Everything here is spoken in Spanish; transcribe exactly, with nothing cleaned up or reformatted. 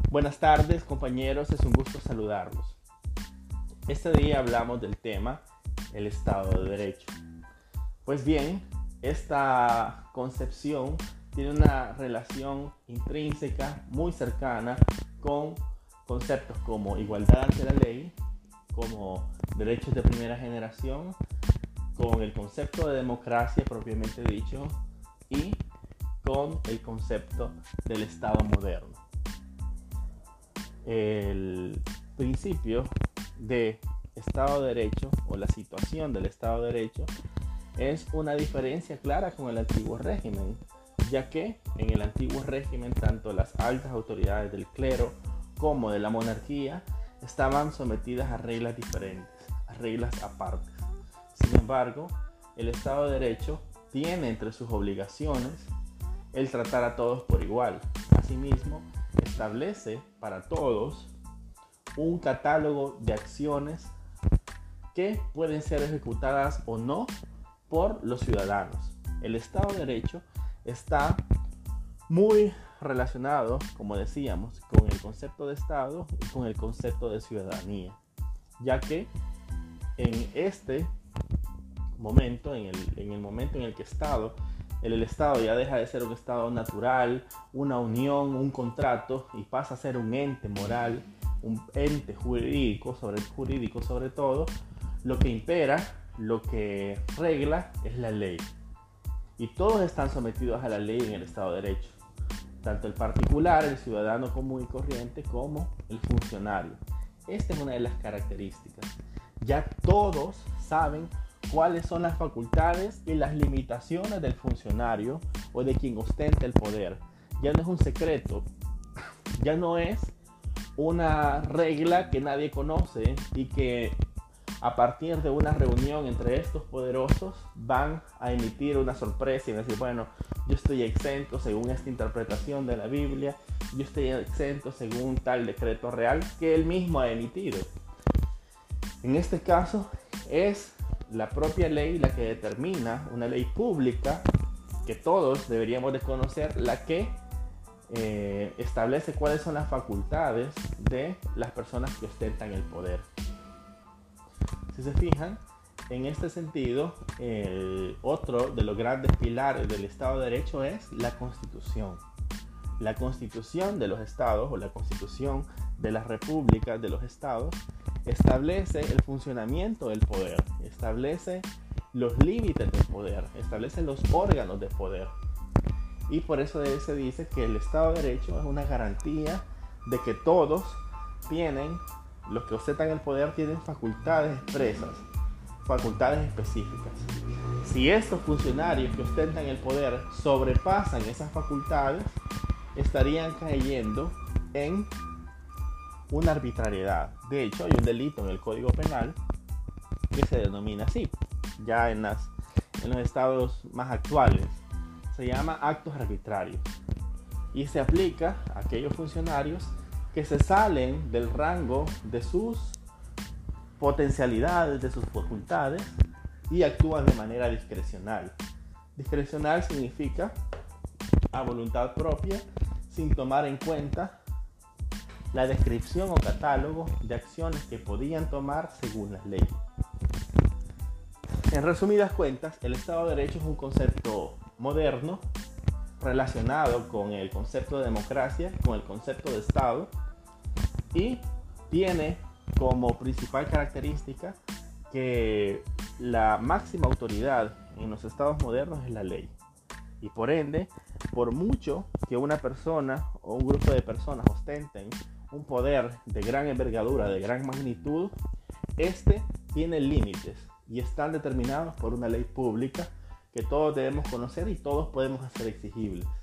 Buenas tardes, compañeros, es un gusto saludarlos. Este día hablamos del tema el Estado de Derecho. Pues bien, esta concepción tiene una relación intrínseca muy cercana con conceptos como igualdad ante la ley, como derechos de primera generación, con el concepto de democracia propiamente dicho y con el concepto del Estado moderno. El principio de Estado de Derecho o la situación del Estado de Derecho es una diferencia clara con el antiguo régimen, ya que en el antiguo régimen tanto las altas autoridades del clero como de la monarquía estaban sometidas a reglas diferentes, a reglas apartes. Sin embargo, el Estado de Derecho tiene entre sus obligaciones el tratar a todos por igual. Asimismo, establece para todos un catálogo de acciones que pueden ser ejecutadas o no por los ciudadanos. El Estado de Derecho está muy relacionado, como decíamos, con el concepto de Estado y con el concepto de ciudadanía, ya que en este momento, en el, en el momento en el que Estado El, el Estado ya deja de ser un Estado natural, una unión, un contrato, y pasa a ser un ente moral, un ente jurídico sobre, jurídico sobre todo. Lo que impera, lo que regla es la ley. Y todos están sometidos a la ley en el Estado de Derecho. Tanto el particular, el ciudadano común y corriente, como el funcionario. Esta es una de las características. Ya todos saben cuáles son las facultades y las limitaciones del funcionario o de quien ostenta el poder. Ya no es un secreto, ya no es una regla que nadie conoce y que a partir de una reunión entre estos poderosos van a emitir una sorpresa y van a decir, bueno, yo estoy exento según esta interpretación de la Biblia, yo estoy exento según tal decreto real que él mismo ha emitido. En este caso es la propia ley la que determina, una ley pública que todos deberíamos de conocer, la que eh, establece cuáles son las facultades de las personas que ostentan el poder. Si se fijan, en este sentido, el otro de los grandes pilares del Estado de Derecho es la Constitución. La Constitución de los Estados o la Constitución de las Repúblicas de los Estados establece el funcionamiento del poder, establece los límites del poder, establece los órganos de poder. Y por eso se dice que el Estado de Derecho es una garantía de que todos tienen, los que ostentan el poder tienen facultades expresas, facultades específicas. Si estos funcionarios que ostentan el poder sobrepasan esas facultades, estarían cayendo en una arbitrariedad. De hecho, hay un delito en el Código Penal que se denomina así, ya en, las, en los estados más actuales. Se llama actos arbitrarios y se aplica a aquellos funcionarios que se salen del rango de sus potencialidades, de sus facultades y actúan de manera discrecional. Discrecional significa a voluntad propia, sin tomar en cuenta la descripción o catálogo de acciones que podían tomar según las leyes. En resumidas cuentas, el Estado de Derecho es un concepto moderno relacionado con el concepto de democracia, con el concepto de Estado, y tiene como principal característica que la máxima autoridad en los estados modernos es la ley. Y por ende, por mucho que una persona o un grupo de personas ostenten un poder de gran envergadura, de gran magnitud, este tiene límites y están determinados por una ley pública que todos debemos conocer y todos podemos hacer exigibles.